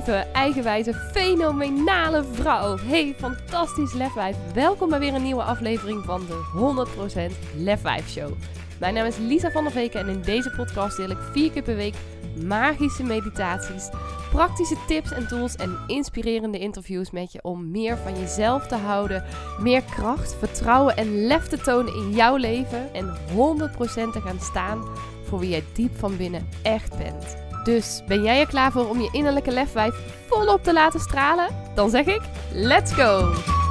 positieve, eigenwijze, fenomenale vrouw. Hey, fantastisch lefwijf. Welkom bij weer een nieuwe aflevering van de 100% Lefwijf Show. Mijn naam is Lisa van der Veken en in deze podcast deel ik 4 keer per week magische meditaties, praktische tips en tools en inspirerende interviews met je om meer van jezelf te houden, meer kracht, vertrouwen en lef te tonen in jouw leven en 100% te gaan staan voor wie jij diep van binnen echt bent. Dus ben jij er klaar voor om je innerlijke lefwijf volop te laten stralen? Dan zeg ik, let's go!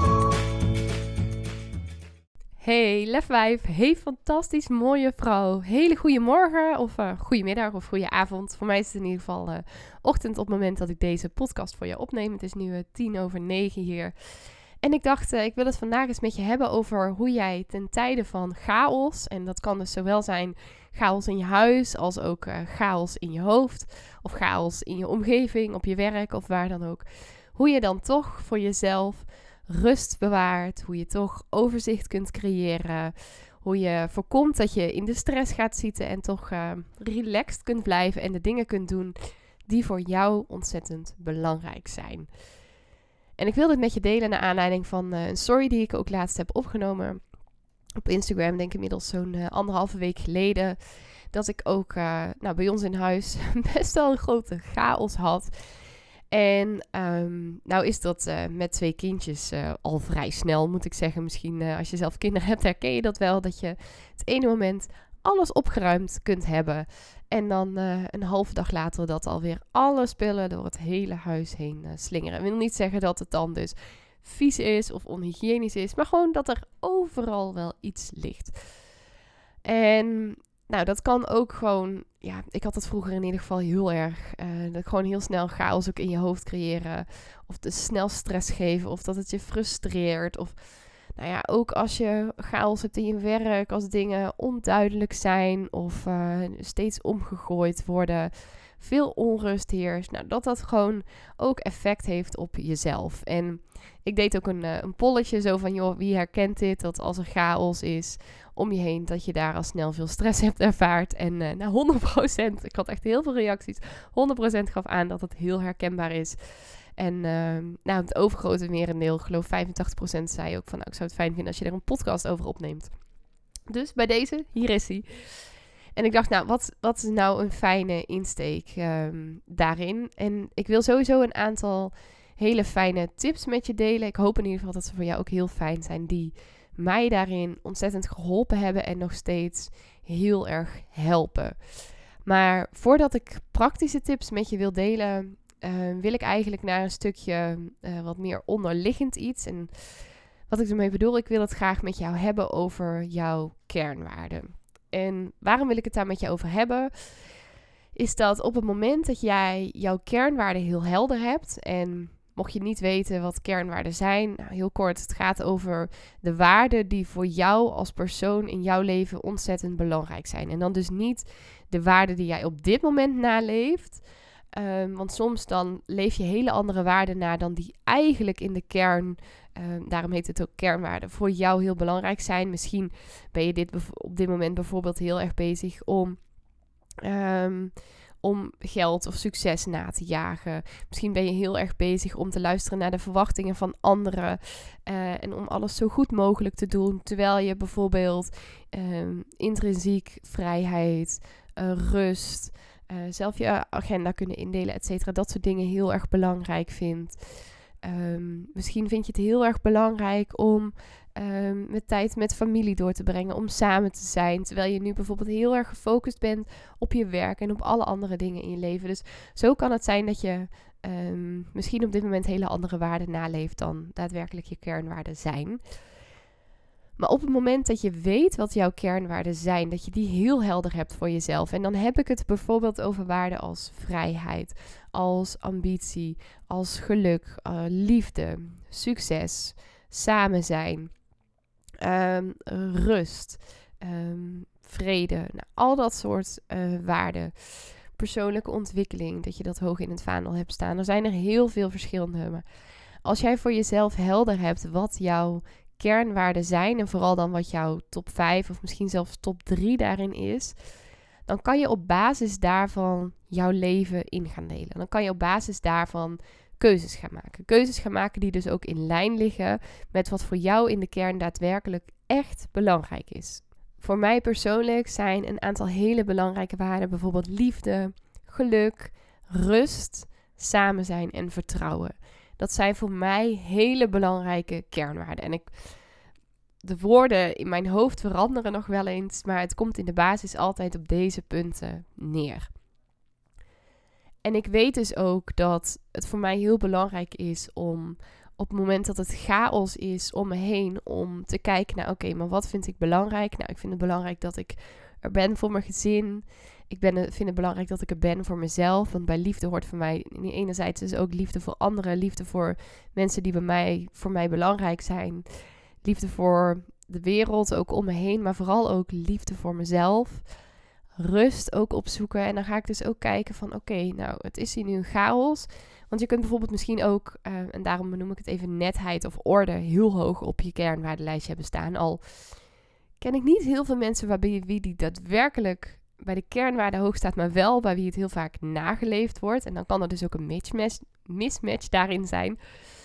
Hey lefwijf, hey fantastisch mooie vrouw. Hele goede morgen of goedemiddag of goede avond. Voor mij is het in ieder geval ochtend op het moment dat ik deze podcast voor je opneem. Het is nu 9:10 hier. En ik dacht, ik wil het vandaag eens met je hebben over hoe jij ten tijde van chaos, en dat kan dus zowel zijn chaos in je huis als ook chaos in je hoofd of chaos in je omgeving, op je werk of waar dan ook, hoe je dan toch voor jezelf rust bewaart, hoe je toch overzicht kunt creëren, hoe je voorkomt dat je in de stress gaat zitten en toch relaxed kunt blijven en de dingen kunt doen die voor jou ontzettend belangrijk zijn. En ik wil dit met je delen naar aanleiding van een story die ik ook laatst heb opgenomen op Instagram, denk ik inmiddels zo'n 1,5 week geleden, dat ik ook bij ons in huis best wel een grote chaos had. En nou is dat met 2 kindjes al vrij snel, moet ik zeggen. Misschien als je zelf kinderen hebt, herken je dat wel. Dat je het ene moment alles opgeruimd kunt hebben. En dan een halve dag later dat alweer alle spullen door het hele huis heen slingeren. Ik wil niet zeggen dat het dan dus vies is of onhygiënisch is. Maar gewoon dat er overal wel iets ligt. En nou, dat kan ook gewoon, ja, ik had het vroeger in ieder geval heel erg. Dat gewoon heel snel chaos ook in je hoofd creëren. Of te snel stress geven. Of dat het je frustreert. Of nou ja, ook als je chaos hebt in je werk. Als dingen onduidelijk zijn. Of steeds omgegooid worden. Veel onrust heerst. Nou, dat gewoon ook effect heeft op jezelf. En ik deed ook een polletje zo van, joh, wie herkent dit? Dat als er chaos is om je heen, dat je daar al snel veel stress hebt ervaard. En 100%, ik had echt heel veel reacties, 100% gaf aan dat het heel herkenbaar is. En het overgrote merendeel, ik geloof 85% zei ook van, ik zou het fijn vinden als je er een podcast over opneemt. Dus bij deze, hier is hij. En ik dacht, wat is nou een fijne insteek daarin? En ik wil sowieso een aantal hele fijne tips met je delen. Ik hoop in ieder geval dat ze voor jou ook heel fijn zijn, die mij daarin ontzettend geholpen hebben en nog steeds heel erg helpen. Maar voordat ik praktische tips met je wil delen, wil ik eigenlijk naar een stukje wat meer onderliggend iets. En wat ik ermee bedoel, ik wil het graag met jou hebben over jouw kernwaarden. En waarom wil ik het daar met je over hebben? Is dat op het moment dat jij jouw kernwaarden heel helder hebt, en mocht je niet weten wat kernwaarden zijn, nou, heel kort, het gaat over de waarden die voor jou als persoon in jouw leven ontzettend belangrijk zijn. En dan dus niet de waarden die jij op dit moment naleeft, want soms dan leef je hele andere waarden na dan die eigenlijk in de kern, daarom heet het ook kernwaarden, voor jou heel belangrijk zijn. Misschien ben je op dit moment bijvoorbeeld heel erg bezig om geld of succes na te jagen. Misschien ben je heel erg bezig om te luisteren naar de verwachtingen van anderen. En om alles zo goed mogelijk te doen. Terwijl je bijvoorbeeld intrinsiek vrijheid, rust, zelf je agenda kunnen indelen, et cetera. Dat soort dingen heel erg belangrijk vindt. Misschien vind je het heel erg belangrijk om met tijd met familie door te brengen, om samen te zijn, terwijl je nu bijvoorbeeld heel erg gefocust bent op je werk en op alle andere dingen in je leven. Dus zo kan het zijn dat je misschien op dit moment hele andere waarden naleeft dan daadwerkelijk je kernwaarden zijn. Maar op het moment dat je weet wat jouw kernwaarden zijn, dat je die heel helder hebt voor jezelf. En dan heb ik het bijvoorbeeld over waarden als vrijheid, als ambitie, als geluk, liefde, succes, samen zijn, rust, vrede. Nou, al dat soort waarden. Persoonlijke ontwikkeling, dat je dat hoog in het vaandel hebt staan. Er zijn er heel veel verschillende. Maar als jij voor jezelf helder hebt wat jouw kernwaarden zijn, en vooral dan wat jouw top 5 of misschien zelfs top 3 daarin is, dan kan je op basis daarvan jouw leven in gaan delen. Dan kan je op basis daarvan keuzes gaan maken. Keuzes gaan maken die dus ook in lijn liggen met wat voor jou in de kern daadwerkelijk echt belangrijk is. Voor mij persoonlijk zijn een aantal hele belangrijke waarden bijvoorbeeld liefde, geluk, rust, samen zijn en vertrouwen. Dat zijn voor mij hele belangrijke kernwaarden. En de woorden in mijn hoofd veranderen nog wel eens, maar het komt in de basis altijd op deze punten neer. En ik weet dus ook dat het voor mij heel belangrijk is om op het moment dat het chaos is om me heen, om te kijken naar oké, maar wat vind ik belangrijk? Nou, ik vind het belangrijk dat ik er ben voor mijn gezin. Vind het belangrijk dat ik er ben voor mezelf. Want bij liefde hoort voor mij enerzijds dus ook liefde voor anderen. Liefde voor mensen die voor mij belangrijk zijn. Liefde voor de wereld, ook om me heen. Maar vooral ook liefde voor mezelf. Rust ook opzoeken. En dan ga ik dus ook kijken van oké, nou het is hier nu een chaos. Want je kunt bijvoorbeeld misschien ook, en daarom benoem ik het even, netheid of orde heel hoog op je kernwaardenlijstje hebben staan. Al ken ik niet heel veel mensen waarbij wie die daadwerkelijk bij de kernwaarde hoog staat, maar wel bij wie het heel vaak nageleefd wordt. En dan kan er dus ook een mismatch daarin zijn.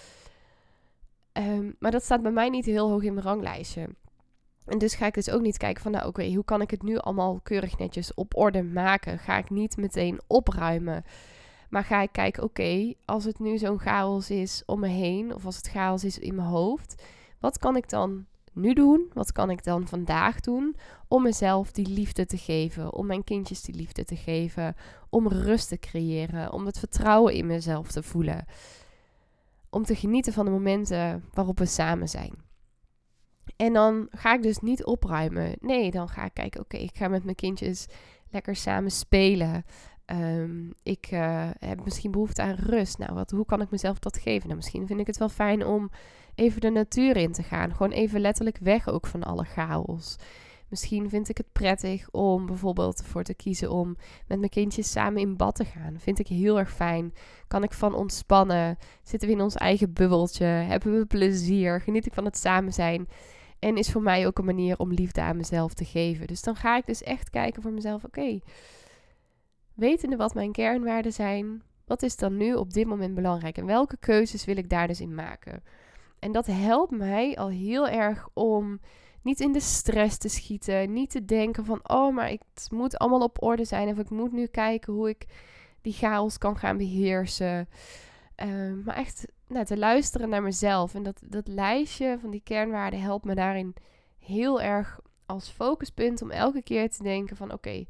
Maar dat staat bij mij niet heel hoog in mijn ranglijstje. En dus ga ik dus ook niet kijken van, nou oké, hoe kan ik het nu allemaal keurig netjes op orde maken? Ga ik niet meteen opruimen. Maar ga ik kijken, oké, als het nu zo'n chaos is om me heen, of als het chaos is in mijn hoofd, wat kan ik dan nu doen? Wat kan ik dan vandaag doen om mezelf die liefde te geven, om mijn kindjes die liefde te geven, om rust te creëren, om het vertrouwen in mezelf te voelen, om te genieten van de momenten waarop we samen zijn. En dan ga ik dus niet opruimen. Nee, dan ga ik kijken, oké, ik ga met mijn kindjes lekker samen spelen. Ik heb misschien behoefte aan rust. Nou, hoe kan ik mezelf dat geven? Nou, misschien vind ik het wel fijn om even de natuur in te gaan. Gewoon even letterlijk weg ook van alle chaos. Misschien vind ik het prettig om bijvoorbeeld ervoor te kiezen om met mijn kindjes samen in bad te gaan. Vind ik heel erg fijn. Kan ik van ontspannen? Zitten we in ons eigen bubbeltje? Hebben we plezier? Geniet ik van het samen zijn? En is voor mij ook een manier om liefde aan mezelf te geven. Dus dan ga ik dus echt kijken voor mezelf. Oké, wetende wat mijn kernwaarden zijn, wat is dan nu op dit moment belangrijk? En welke keuzes wil ik daar dus in maken? En dat helpt mij al heel erg om niet in de stress te schieten. Niet te denken van, oh, maar het moet allemaal op orde zijn. Of ik moet nu kijken hoe ik die chaos kan gaan beheersen. Maar echt te luisteren naar mezelf. En dat lijstje van die kernwaarden helpt me daarin heel erg als focuspunt om elke keer te denken van oké,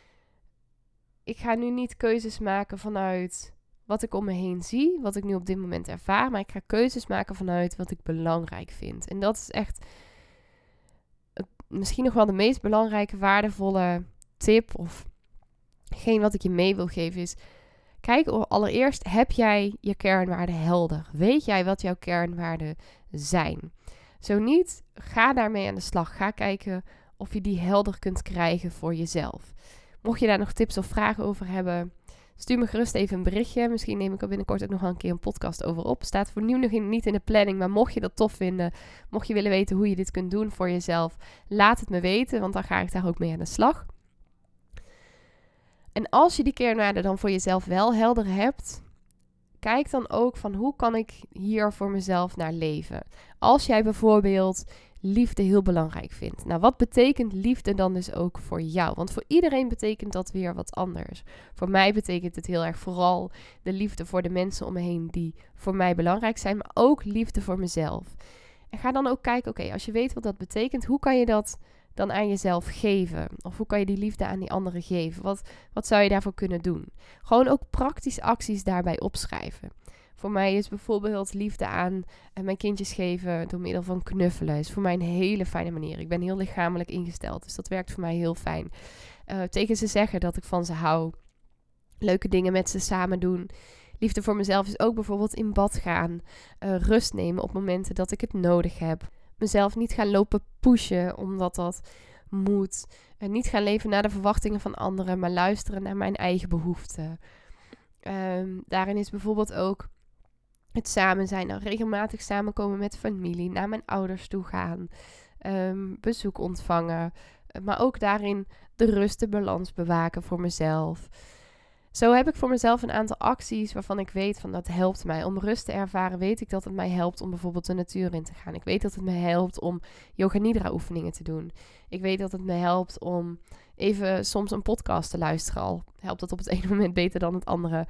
ik ga nu niet keuzes maken vanuit wat ik om me heen zie, wat ik nu op dit moment ervaar, maar ik ga keuzes maken vanuit wat ik belangrijk vind. En dat is echt misschien nog wel de meest belangrijke, waardevolle tip of geen wat ik je mee wil geven is, kijk allereerst, heb jij je kernwaarden helder? Weet jij wat jouw kernwaarden zijn? Zo niet, ga daarmee aan de slag. Ga kijken of je die helder kunt krijgen voor jezelf. Mocht je daar nog tips of vragen over hebben, stuur me gerust even een berichtje. Misschien neem ik er binnenkort ook nog wel een keer een podcast over op. Staat voor nu nog niet in de planning, maar mocht je dat tof vinden, mocht je willen weten hoe je dit kunt doen voor jezelf, laat het me weten, want dan ga ik daar ook mee aan de slag. En als je die kernwaarden dan voor jezelf wel helder hebt, kijk dan ook van hoe kan ik hier voor mezelf naar leven. Als jij bijvoorbeeld liefde heel belangrijk vindt. Nou, wat betekent liefde dan dus ook voor jou? Want voor iedereen betekent dat weer wat anders. Voor mij betekent het heel erg vooral de liefde voor de mensen om me heen die voor mij belangrijk zijn, maar ook liefde voor mezelf. En ga dan ook kijken, oké, als je weet wat dat betekent, hoe kan je dat dan aan jezelf geven? Of hoe kan je die liefde aan die anderen geven? Wat zou je daarvoor kunnen doen? Gewoon ook praktische acties daarbij opschrijven. Voor mij is bijvoorbeeld liefde aan mijn kindjes geven door middel van knuffelen. Is voor mij een hele fijne manier. Ik ben heel lichamelijk ingesteld, dus dat werkt voor mij heel fijn. Tegen ze zeggen dat ik van ze hou. Leuke dingen met ze samen doen. Liefde voor mezelf is ook bijvoorbeeld in bad gaan. Rust nemen op momenten dat ik het nodig heb. Mezelf niet gaan lopen pushen omdat dat moet. Niet gaan leven naar de verwachtingen van anderen, maar luisteren naar mijn eigen behoeften. Daarin is bijvoorbeeld ook het samen zijn. Nou, regelmatig samenkomen met familie. Naar mijn ouders toe gaan. Bezoek ontvangen. Maar ook daarin de rust, de balans bewaken voor mezelf. Zo heb ik voor mezelf een aantal acties waarvan ik weet van dat helpt mij. Om rust te ervaren weet ik dat het mij helpt om bijvoorbeeld de natuur in te gaan. Ik weet dat het me helpt om yoga nidra oefeningen te doen. Ik weet dat het me helpt om even soms een podcast te luisteren. Al helpt dat op het ene moment beter dan het andere.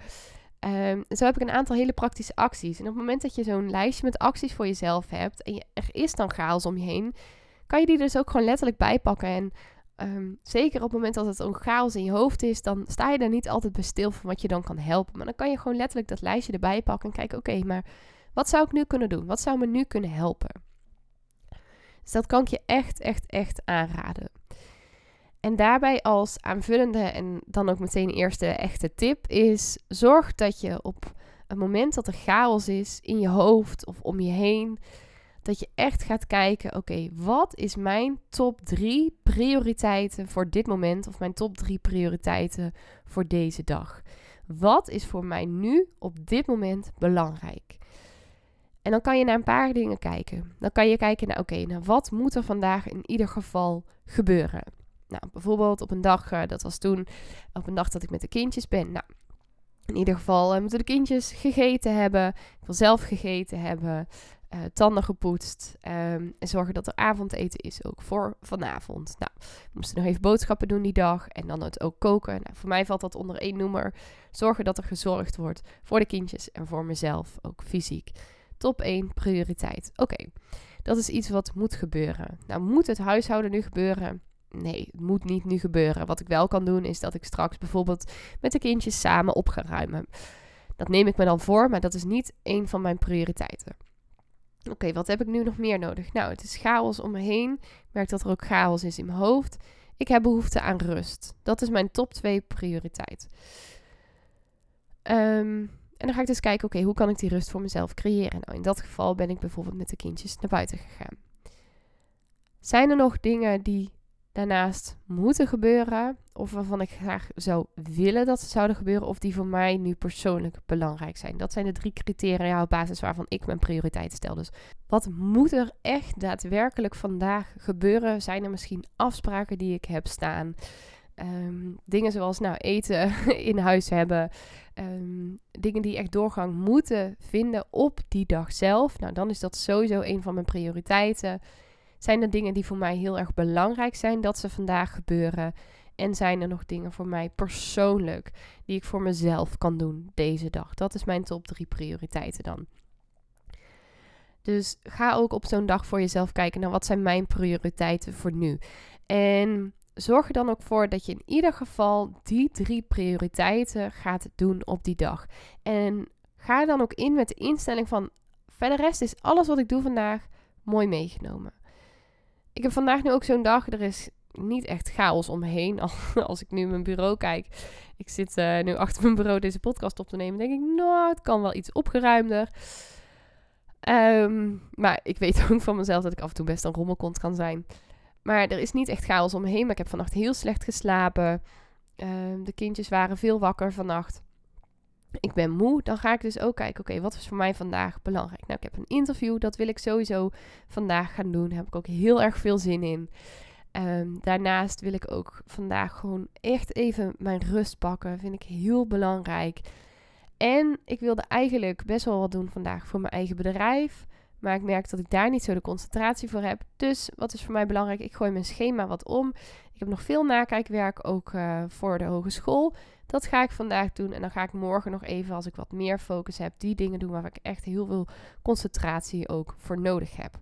Zo heb ik een aantal hele praktische acties. En op het moment dat je zo'n lijstje met acties voor jezelf hebt en er is dan chaos om je heen, kan je die dus ook gewoon letterlijk bijpakken. En zeker op het moment dat het een chaos in je hoofd is, dan sta je er niet altijd bij stil van wat je dan kan helpen. Maar dan kan je gewoon letterlijk dat lijstje erbij pakken en kijken, oké, maar wat zou ik nu kunnen doen? Wat zou me nu kunnen helpen? Dus dat kan ik je echt aanraden. En daarbij als aanvullende en dan ook meteen eerste echte tip is, zorg dat je op het moment dat er chaos is in je hoofd of om je heen, dat je echt gaat kijken, oké, wat is mijn top 3 prioriteiten voor dit moment of mijn top 3 prioriteiten voor deze dag? Wat is voor mij nu op dit moment belangrijk? En dan kan je naar een paar dingen kijken. Dan kan je kijken naar, oké, wat moet er vandaag in ieder geval gebeuren? Nou, bijvoorbeeld op een dag, dat was toen, op een dag dat ik met de kindjes ben. Nou, in ieder geval moeten de kindjes gegeten hebben. Ik wil zelf gegeten hebben. Tanden gepoetst. En zorgen dat er avondeten is ook voor vanavond. Nou, we moesten nog even boodschappen doen die dag. En dan het ook koken. Nou, voor mij valt dat onder één noemer. Zorgen dat er gezorgd wordt voor de kindjes en voor mezelf, ook fysiek. Top 1 prioriteit. Oké, dat is iets wat moet gebeuren. Nou, moet het huishouden nu gebeuren? Nee, het moet niet nu gebeuren. Wat ik wel kan doen is dat ik straks bijvoorbeeld met de kindjes samen op ga ruimen. Dat neem ik me dan voor, maar dat is niet één van mijn prioriteiten. Oké, wat heb ik nu nog meer nodig? Nou, het is chaos om me heen. Ik merk dat er ook chaos is in mijn hoofd. Ik heb behoefte aan rust. Dat is mijn top 2 prioriteit. En dan ga ik dus kijken, oké, hoe kan ik die rust voor mezelf creëren? Nou, in dat geval ben ik bijvoorbeeld met de kindjes naar buiten gegaan. Zijn er nog dingen die daarnaast moeten gebeuren, of waarvan ik graag zou willen dat ze zouden gebeuren, of die voor mij nu persoonlijk belangrijk zijn? Dat zijn de 3 criteria op basis waarvan ik mijn prioriteiten stel. Dus wat moet er echt daadwerkelijk vandaag gebeuren? Zijn er misschien afspraken die ik heb staan? Dingen zoals eten in huis hebben. Dingen die echt doorgang moeten vinden op die dag zelf. Nou, dan is dat sowieso een van mijn prioriteiten. Zijn er dingen die voor mij heel erg belangrijk zijn dat ze vandaag gebeuren? En zijn er nog dingen voor mij persoonlijk die ik voor mezelf kan doen deze dag? Dat is mijn top 3 prioriteiten dan. Dus ga ook op zo'n dag voor jezelf kijken naar wat zijn mijn prioriteiten voor nu. En zorg er dan ook voor dat je in ieder geval die 3 prioriteiten gaat doen op die dag. En ga er dan ook in met de instelling van, verder rest is alles wat ik doe vandaag mooi meegenomen. Ik heb vandaag nu ook zo'n dag, er is niet echt chaos om me heen. Als ik nu in mijn bureau kijk, ik zit nu achter mijn bureau deze podcast op te nemen, denk ik, nou, het kan wel iets opgeruimder. Maar ik weet ook van mezelf dat ik af en toe best een rommelkont kan zijn. Maar er is niet echt chaos om me heen, maar ik heb vannacht heel slecht geslapen. De kindjes waren veel wakker vannacht. Ik ben moe, dan ga ik dus ook kijken, oké, wat is voor mij vandaag belangrijk? Nou, ik heb een interview, dat wil ik sowieso vandaag gaan doen. Daar heb ik ook heel erg veel zin in. Daarnaast wil ik ook vandaag gewoon echt even mijn rust pakken. Vind ik heel belangrijk. En ik wilde eigenlijk best wel wat doen vandaag voor mijn eigen bedrijf. Maar ik merk dat ik daar niet zo de concentratie voor heb. Dus wat is voor mij belangrijk? Ik gooi mijn schema wat om. Ik heb nog veel nakijkwerk, ook voor de hogeschool. Dat ga ik vandaag doen. En dan ga ik morgen nog even, als ik wat meer focus heb, die dingen doen waar ik echt heel veel concentratie ook voor nodig heb.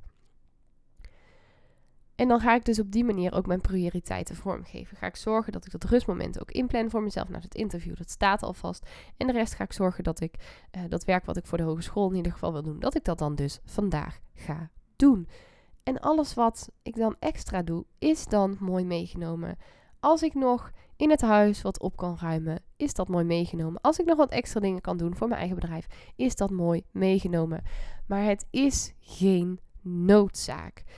En dan ga ik dus op die manier ook mijn prioriteiten vormgeven. Ga ik zorgen dat ik dat rustmoment ook inplan voor mezelf. Nou, het interview, dat staat al vast. En de rest ga ik zorgen dat ik dat werk wat ik voor de hogeschool in ieder geval wil doen, dat ik dat dan dus vandaag ga doen. En alles wat ik dan extra doe, is dan mooi meegenomen. Als ik nog in het huis wat op kan ruimen, is dat mooi meegenomen. Als ik nog wat extra dingen kan doen voor mijn eigen bedrijf, is dat mooi meegenomen. Maar het is geen noodzaak.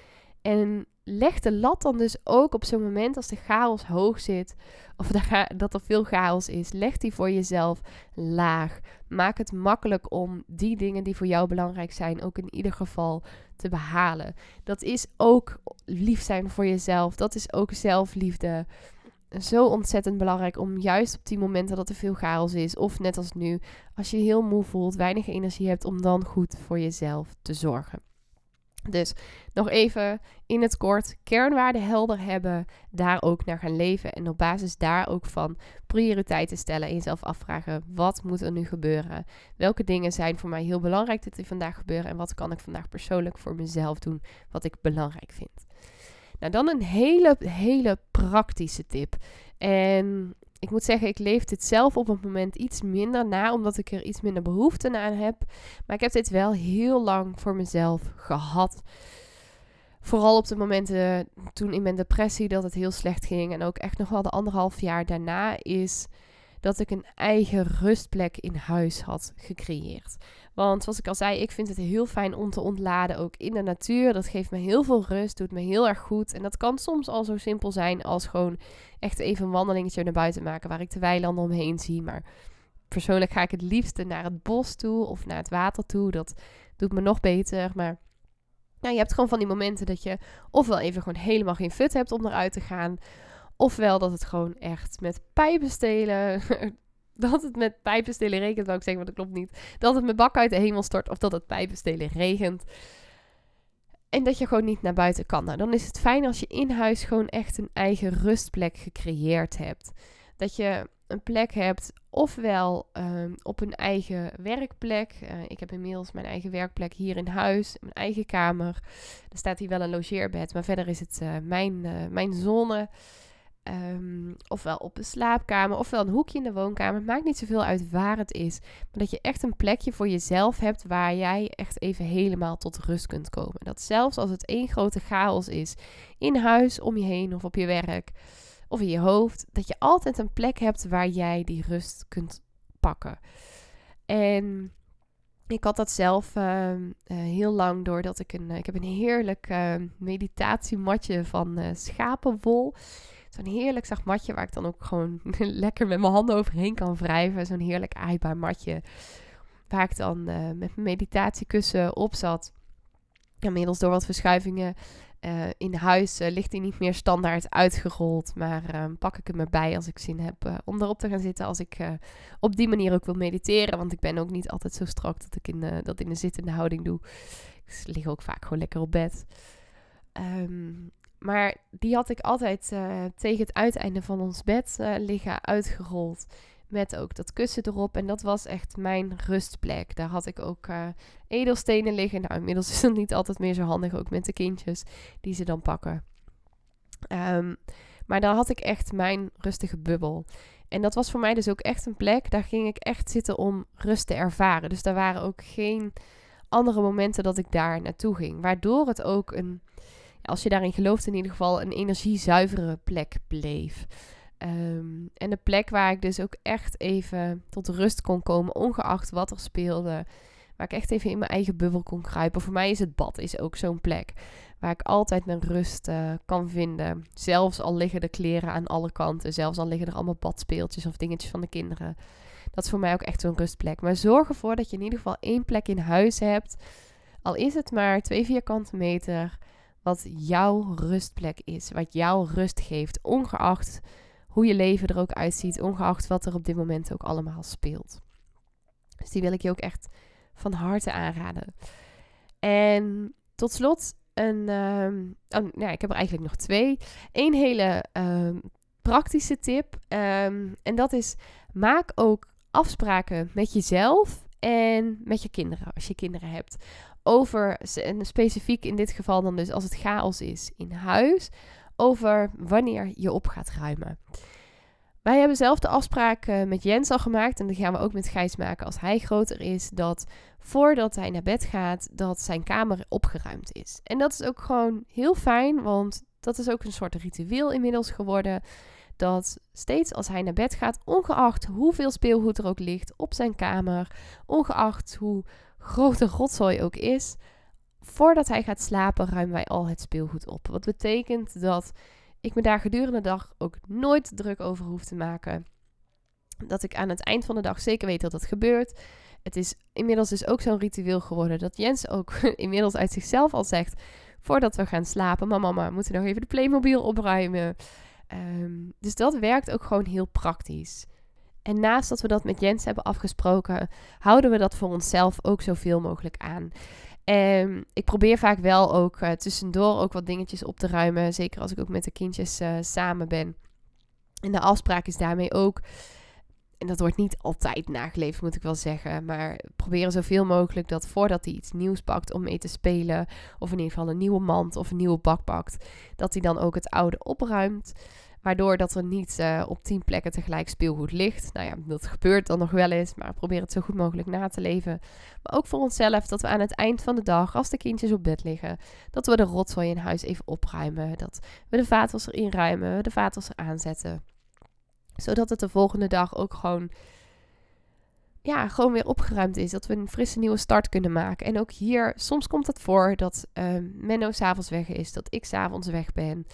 En leg de lat dan dus ook op zo'n moment als de chaos hoog zit, of dat er veel chaos is. Leg die voor jezelf laag. Maak het makkelijk om die dingen die voor jou belangrijk zijn ook in ieder geval te behalen. Dat is ook lief zijn voor jezelf. Dat is ook zelfliefde. Zo ontzettend belangrijk om juist op die momenten dat er veel chaos is, of net als nu, als je je heel moe voelt, weinig energie hebt, om dan goed voor jezelf te zorgen. Dus nog even in het kort, kernwaarden helder hebben, daar ook naar gaan leven en op basis daar ook van prioriteiten stellen en jezelf afvragen, wat moet er nu gebeuren? Welke dingen zijn voor mij heel belangrijk dat die vandaag gebeuren en wat kan ik vandaag persoonlijk voor mezelf doen wat ik belangrijk vind? Nou, dan een hele praktische tip. En ik moet zeggen, ik leef dit zelf op het moment iets minder na, omdat ik er iets minder behoefte aan heb. Maar ik heb dit wel heel lang voor mezelf gehad. Vooral op de momenten toen in mijn depressie dat het heel slecht ging. En ook echt nog wel de 1,5 jaar daarna is dat ik een eigen rustplek in huis had gecreëerd. Want zoals ik al zei, ik vind het heel fijn om te ontladen, ook in de natuur. Dat geeft me heel veel rust, doet me heel erg goed. En dat kan soms al zo simpel zijn als gewoon echt even een wandelingetje naar buiten maken, waar ik de weilanden omheen zie. Maar persoonlijk ga ik het liefste naar het bos toe of naar het water toe. Dat doet me nog beter, maar nou, je hebt gewoon van die momenten dat je ofwel even gewoon helemaal geen fut hebt om eruit te gaan, ofwel dat het gewoon echt met pijpenstelen, dat het met pijpenstelen regent, wou ik zeggen, maar dat klopt niet. Dat het met bak uit de hemel stort of dat het pijpenstelen regent. En dat je gewoon niet naar buiten kan. Nou, dan is het fijn als je in huis gewoon echt een eigen rustplek gecreëerd hebt. Dat je een plek hebt, ofwel op een eigen werkplek. Ik heb inmiddels mijn eigen werkplek hier in huis, mijn eigen kamer. Er staat hier wel een logeerbed, maar verder is het mijn zone. Ofwel op een slaapkamer, ofwel een hoekje in de woonkamer. Het maakt niet zoveel uit waar het is. Maar dat je echt een plekje voor jezelf hebt waar jij echt even helemaal tot rust kunt komen. Dat zelfs als het één grote chaos is in huis, om je heen of op je werk of in je hoofd, dat je altijd een plek hebt waar jij die rust kunt pakken. En ik had dat zelf heel lang doordat ik heb een heerlijk meditatiematje van schapenwol. Zo'n heerlijk zacht matje waar ik dan ook gewoon lekker met mijn handen overheen kan wrijven. Zo'n heerlijk aaibaar matje waar ik dan met mijn meditatiekussen op zat. Inmiddels door wat verschuivingen in huis ligt hij niet meer standaard uitgerold. Maar pak ik hem erbij als ik zin heb om erop te gaan zitten. Als ik op die manier ook wil mediteren. Want ik ben ook niet altijd zo strak dat ik dat in de zittende houding doe. Ik lig ook vaak gewoon lekker op bed. Maar die had ik altijd tegen het uiteinde van ons bed liggen uitgerold. Met ook dat kussen erop. En dat was echt mijn rustplek. Daar had ik ook edelstenen liggen. Nou, inmiddels is dat niet altijd meer zo handig. Ook met de kindjes die ze dan pakken. Maar daar had ik echt mijn rustige bubbel. En dat was voor mij dus ook echt een plek. Daar ging ik echt zitten om rust te ervaren. Dus daar waren ook geen andere momenten dat ik daar naartoe ging. Waardoor het ook als je daarin gelooft in ieder geval, een energiezuivere plek bleef. En de plek waar ik dus ook echt even tot rust kon komen, ongeacht wat er speelde. Waar ik echt even in mijn eigen bubbel kon kruipen. Voor mij is het bad is ook zo'n plek waar ik altijd mijn rust kan vinden. Zelfs al liggen de kleren aan alle kanten. Zelfs al liggen er allemaal badspeeltjes of dingetjes van de kinderen. Dat is voor mij ook echt zo'n rustplek. Maar zorg ervoor dat je in ieder geval 1 plek in huis hebt. Al is het maar 2 vierkante meter. Wat jouw rustplek is. Wat jou rust geeft. Ongeacht hoe je leven er ook uitziet. Ongeacht wat er op dit moment ook allemaal speelt. Dus die wil ik je ook echt van harte aanraden. En tot slot ik heb er eigenlijk nog 2. 1 hele praktische tip. En dat is, maak ook afspraken met jezelf en met je kinderen. Als je kinderen hebt. Over, en specifiek in dit geval dan dus als het chaos is in huis. Over wanneer je op gaat ruimen. Wij hebben zelf de afspraak met Jens al gemaakt. En die gaan we ook met Gijs maken als hij groter is. Dat voordat hij naar bed gaat, dat zijn kamer opgeruimd is. En dat is ook gewoon heel fijn. Want dat is ook een soort ritueel inmiddels geworden. Dat steeds als hij naar bed gaat, ongeacht hoeveel speelgoed er ook ligt op zijn kamer. Ongeacht hoe groot de rotzooi ook is. voordat hij gaat slapen ruimen wij al het speelgoed op. Wat betekent dat ik me daar gedurende de dag ook nooit druk over hoef te maken. Dat ik aan het eind van de dag zeker weet dat het gebeurt. Het is inmiddels dus ook zo'n ritueel geworden dat Jens ook inmiddels uit zichzelf al zegt, voordat we gaan slapen, mama, we moeten nog even de Playmobil opruimen. Dus dat werkt ook gewoon heel praktisch. En naast dat we dat met Jens hebben afgesproken, houden we dat voor onszelf ook zoveel mogelijk aan. Ik probeer vaak wel ook tussendoor ook wat dingetjes op te ruimen. Zeker als ik ook met de kindjes samen ben. En de afspraak is daarmee ook, en dat wordt niet altijd nageleefd, moet ik wel zeggen. Maar proberen zoveel mogelijk dat voordat hij iets nieuws pakt om mee te spelen, of in ieder geval een nieuwe mand of een nieuwe bak pakt, dat hij dan ook het oude opruimt. Waardoor dat er niet op 10 plekken tegelijk speelgoed ligt. Nou ja, dat gebeurt dan nog wel eens, maar probeer het zo goed mogelijk na te leven. Maar ook voor onszelf, dat we aan het eind van de dag, als de kindjes op bed liggen, dat we de rotzooi in huis even opruimen. Dat we de vaatwasser inruimen, de vaatwasser aanzetten. Zodat het de volgende dag ook gewoon weer opgeruimd is. Dat we een frisse nieuwe start kunnen maken. En ook hier, soms komt het voor dat Menno 's avonds weg is. Dat ik 's avonds weg ben.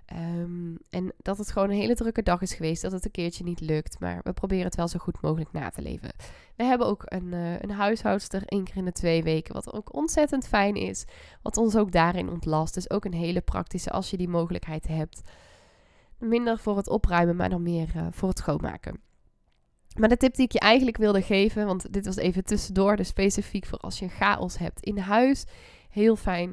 En dat het gewoon een hele drukke dag is geweest. Dat het een keertje niet lukt. Maar we proberen het wel zo goed mogelijk na te leven. We hebben ook een huishoudster 1 keer in de 2 weken. Wat ook ontzettend fijn is. Wat ons ook daarin ontlast. Dus ook een hele praktische als je die mogelijkheid hebt. Minder voor het opruimen, maar dan meer voor het schoonmaken. Maar de tip die ik je eigenlijk wilde geven, want dit was even tussendoor, dus specifiek voor als je een chaos hebt in huis. Heel fijn.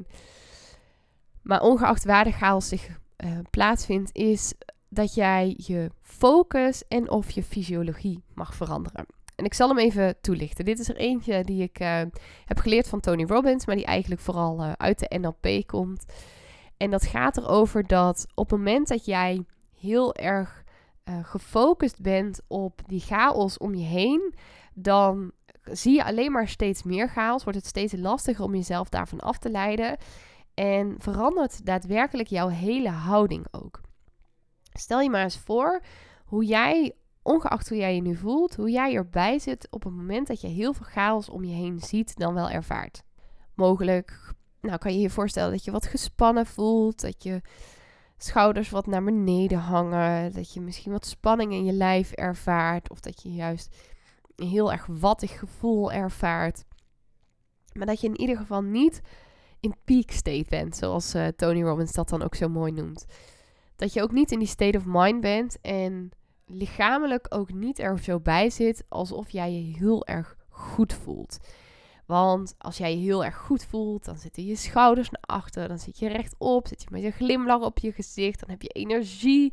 Maar ongeacht waar de chaos zich plaatsvindt, is dat jij je focus en of je fysiologie mag veranderen. En ik zal hem even toelichten. Dit is er eentje die ik heb geleerd van Tony Robbins, maar die eigenlijk vooral uit de NLP komt. En dat gaat erover dat op het moment dat jij heel erg gefocust bent op die chaos om je heen, dan zie je alleen maar steeds meer chaos. Wordt het steeds lastiger om jezelf daarvan af te leiden. En verandert daadwerkelijk jouw hele houding ook. Stel je maar eens voor hoe jij, ongeacht hoe jij je nu voelt, hoe jij erbij zit op het moment dat je heel veel chaos om je heen ziet, dan wel ervaart. Mogelijk kan je je voorstellen dat je wat gespannen voelt, dat je schouders wat naar beneden hangen, dat je misschien wat spanning in je lijf ervaart, of dat je juist een heel erg wattig gevoel ervaart. Maar dat je in ieder geval niet in peak state bent, zoals Tony Robbins dat dan ook zo mooi noemt. Dat je ook niet in die state of mind bent en lichamelijk ook niet er zo bij zit alsof jij je heel erg goed voelt. Want als jij je heel erg goed voelt, dan zitten je schouders naar achter, dan zit je rechtop, zit je met een glimlach op je gezicht, dan heb je energie,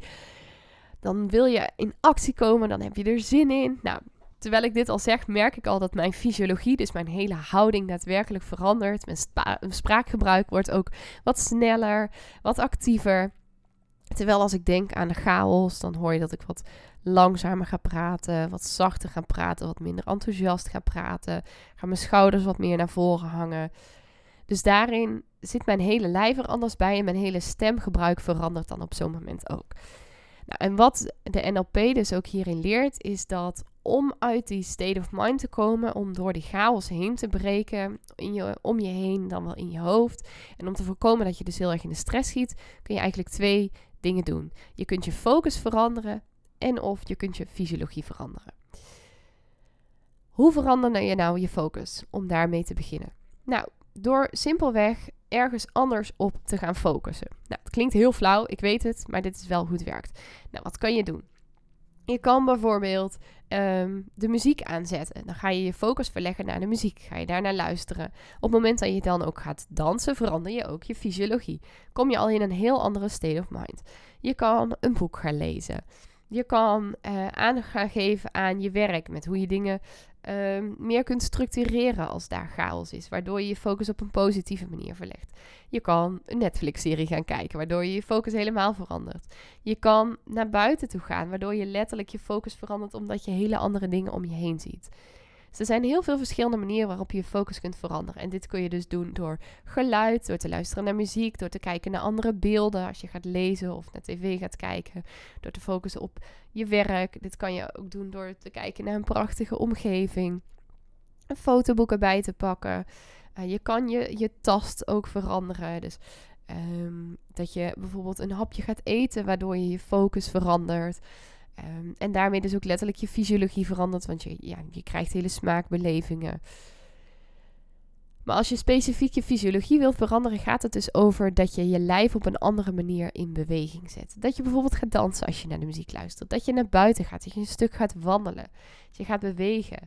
dan wil je in actie komen, dan heb je er zin in. Nou, terwijl ik dit al zeg, merk ik al dat mijn fysiologie, dus mijn hele houding daadwerkelijk verandert. Mijn spraakgebruik wordt ook wat sneller, wat actiever. Terwijl als ik denk aan de chaos, dan hoor je dat ik wat langzamer ga praten, wat zachter ga praten, wat minder enthousiast ga praten. Gaan mijn schouders wat meer naar voren hangen. Dus daarin zit mijn hele lijf er anders bij en mijn hele stemgebruik verandert dan op zo'n moment ook. Nou, en wat de NLP dus ook hierin leert, is dat om uit die state of mind te komen, om door die chaos heen te breken, om je heen, dan wel in je hoofd, en om te voorkomen dat je dus heel erg in de stress schiet, kun je eigenlijk 2 dingen doen. Je kunt je focus veranderen en of je kunt je fysiologie veranderen. Hoe verander je nou je focus? Om daarmee te beginnen. Nou, door simpelweg ergens anders op te gaan focussen. Nou, het klinkt heel flauw, ik weet het, maar dit is wel hoe het werkt. Nou, wat kan je doen? Je kan bijvoorbeeld de muziek aanzetten. Dan ga je je focus verleggen naar de muziek. Ga je daar naar luisteren. Op het moment dat je dan ook gaat dansen, verander je ook je fysiologie. Kom je al in een heel andere state of mind. Je kan een boek gaan lezen. Je kan aandacht gaan geven aan je werk. Met hoe je dingen meer kunt structureren als daar chaos is. Waardoor je je focus op een positieve manier verlegt. Je kan een Netflix-serie gaan kijken. Waardoor je je focus helemaal verandert. Je kan naar buiten toe gaan. Waardoor je letterlijk je focus verandert. Omdat je hele andere dingen om je heen ziet. Dus er zijn heel veel verschillende manieren waarop je je focus kunt veranderen. En dit kun je dus doen door geluid, door te luisteren naar muziek, door te kijken naar andere beelden als je gaat lezen of naar tv gaat kijken. Door te focussen op je werk. Dit kan je ook doen door te kijken naar een prachtige omgeving. Een fotoboek erbij te pakken. Je kan je tast ook veranderen. Dus dat je bijvoorbeeld een hapje gaat eten, waardoor je focus verandert. En daarmee dus ook letterlijk je fysiologie verandert, want je krijgt hele smaakbelevingen. Maar als je specifiek je fysiologie wilt veranderen, gaat het dus over dat je je lijf op een andere manier in beweging zet. Dat je bijvoorbeeld gaat dansen als je naar de muziek luistert. Dat je naar buiten gaat, dat je een stuk gaat wandelen. Dat je gaat bewegen.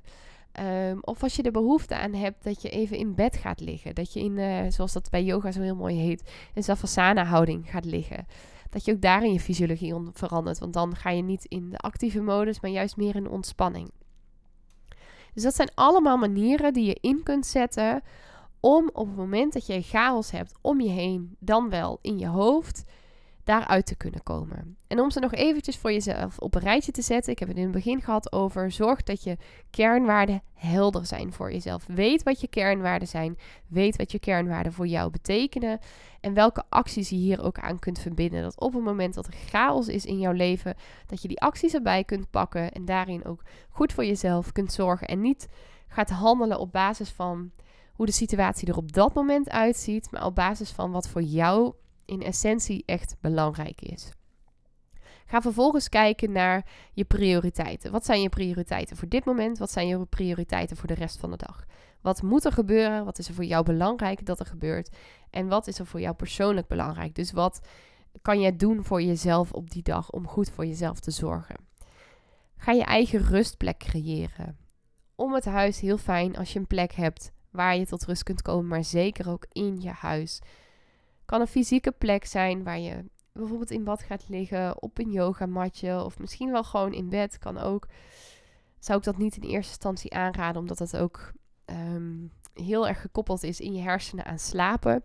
Of als je er behoefte aan hebt, dat je even in bed gaat liggen. Dat je in, zoals dat bij yoga zo heel mooi heet, een savasana houding gaat liggen. Dat je ook daarin je fysiologie verandert. Want dan ga je niet in de actieve modus, maar juist meer in de ontspanning. Dus dat zijn allemaal manieren die je in kunt zetten om op het moment dat je chaos hebt om je heen, dan wel in je hoofd, daaruit te kunnen komen. En om ze nog eventjes voor jezelf op een rijtje te zetten, ik heb het in het begin gehad over, zorg dat je kernwaarden helder zijn voor jezelf. Weet wat je kernwaarden zijn, weet wat je kernwaarden voor jou betekenen en welke acties je hier ook aan kunt verbinden. Dat op het moment dat er chaos is in jouw leven, dat je die acties erbij kunt pakken en daarin ook goed voor jezelf kunt zorgen en niet gaat handelen op basis van hoe de situatie er op dat moment uitziet, maar op basis van wat voor jou in essentie echt belangrijk is. Ga vervolgens kijken naar je prioriteiten. Wat zijn je prioriteiten voor dit moment? Wat zijn je prioriteiten voor de rest van de dag? Wat moet er gebeuren? Wat is er voor jou belangrijk dat er gebeurt? En wat is er voor jou persoonlijk belangrijk? Dus wat kan jij doen voor jezelf op die dag om goed voor jezelf te zorgen? Ga je eigen rustplek creëren. Om het huis heel fijn als je een plek hebt waar je tot rust kunt komen, maar zeker ook in je huis. Kan een fysieke plek zijn waar je bijvoorbeeld in bad gaat liggen, op een yogamatje of misschien wel gewoon in bed. Kan ook. Zou ik dat niet in eerste instantie aanraden, omdat dat ook heel erg gekoppeld is in je hersenen aan slapen.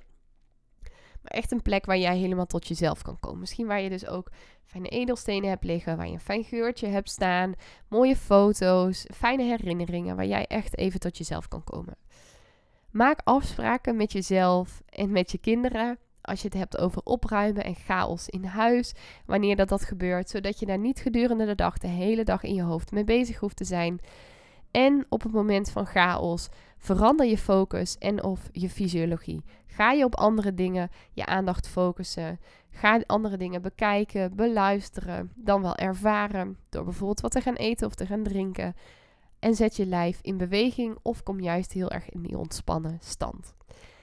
Maar echt een plek waar jij helemaal tot jezelf kan komen. Misschien waar je dus ook fijne edelstenen hebt liggen, waar je een fijn geurtje hebt staan, mooie foto's, fijne herinneringen, waar jij echt even tot jezelf kan komen. Maak afspraken met jezelf en met je kinderen als je het hebt over opruimen en chaos in huis, wanneer dat gebeurt, zodat je daar niet gedurende de dag de hele dag in je hoofd mee bezig hoeft te zijn. En op het moment van chaos verander je focus en of je fysiologie. Ga je op andere dingen je aandacht focussen. Ga andere dingen bekijken, beluisteren, dan wel ervaren door bijvoorbeeld wat te gaan eten of te gaan drinken. En zet je lijf in beweging of kom juist heel erg in die ontspannen stand.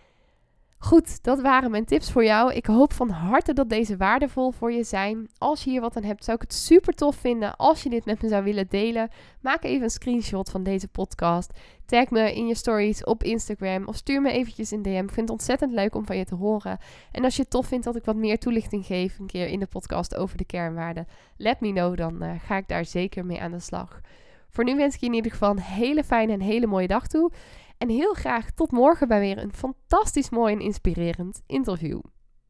Goed, dat waren mijn tips voor jou. Ik hoop van harte dat deze waardevol voor je zijn. Als je hier wat aan hebt, zou ik het super tof vinden als je dit met me zou willen delen. Maak even een screenshot van deze podcast. Tag me in je stories op Instagram of stuur me eventjes een DM. Ik vind het ontzettend leuk om van je te horen. En als je het tof vindt dat ik wat meer toelichting geef een keer in de podcast over de kernwaarden, let me know, dan ga ik daar zeker mee aan de slag. Voor nu wens ik je in ieder geval een hele fijne en hele mooie dag toe. En heel graag tot morgen bij weer een fantastisch mooi en inspirerend interview.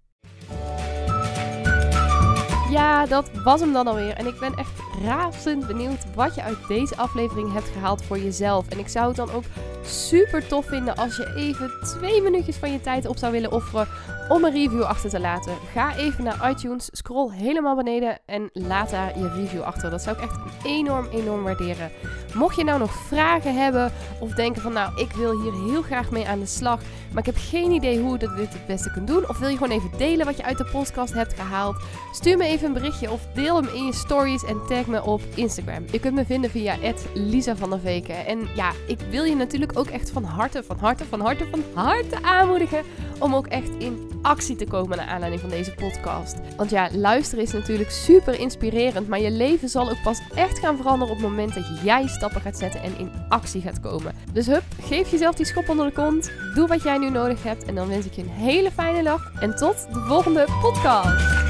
Ja, dat was hem dan alweer. En ik ben echt razend benieuwd wat je uit deze aflevering hebt gehaald voor jezelf. En ik zou het dan ook super tof vinden als je even 2 minuutjes van je tijd op zou willen offeren om een review achter te laten. Ga even naar iTunes, scroll helemaal beneden en laat daar je review achter. Dat zou ik echt enorm waarderen. Mocht je nou nog vragen hebben of denken van nou, ik wil hier heel graag mee aan de slag, maar ik heb geen idee hoe je dit het beste kunt doen. Of wil je gewoon even delen wat je uit de podcast hebt gehaald? Stuur me even een berichtje of deel hem in je stories en tag me op Instagram. Je kunt me vinden via @LisaVanderVeken. En ja, ik wil je natuurlijk ook echt van harte aanmoedigen om ook echt in actie te komen naar aanleiding van deze podcast. Want ja, luisteren is natuurlijk super inspirerend, maar je leven zal ook pas echt gaan veranderen op het moment dat jij stappen gaat zetten en in actie gaat komen. Dus hup, geef jezelf die schop onder de kont, doe wat jij nu nodig hebt en dan wens ik je een hele fijne dag en tot de volgende podcast.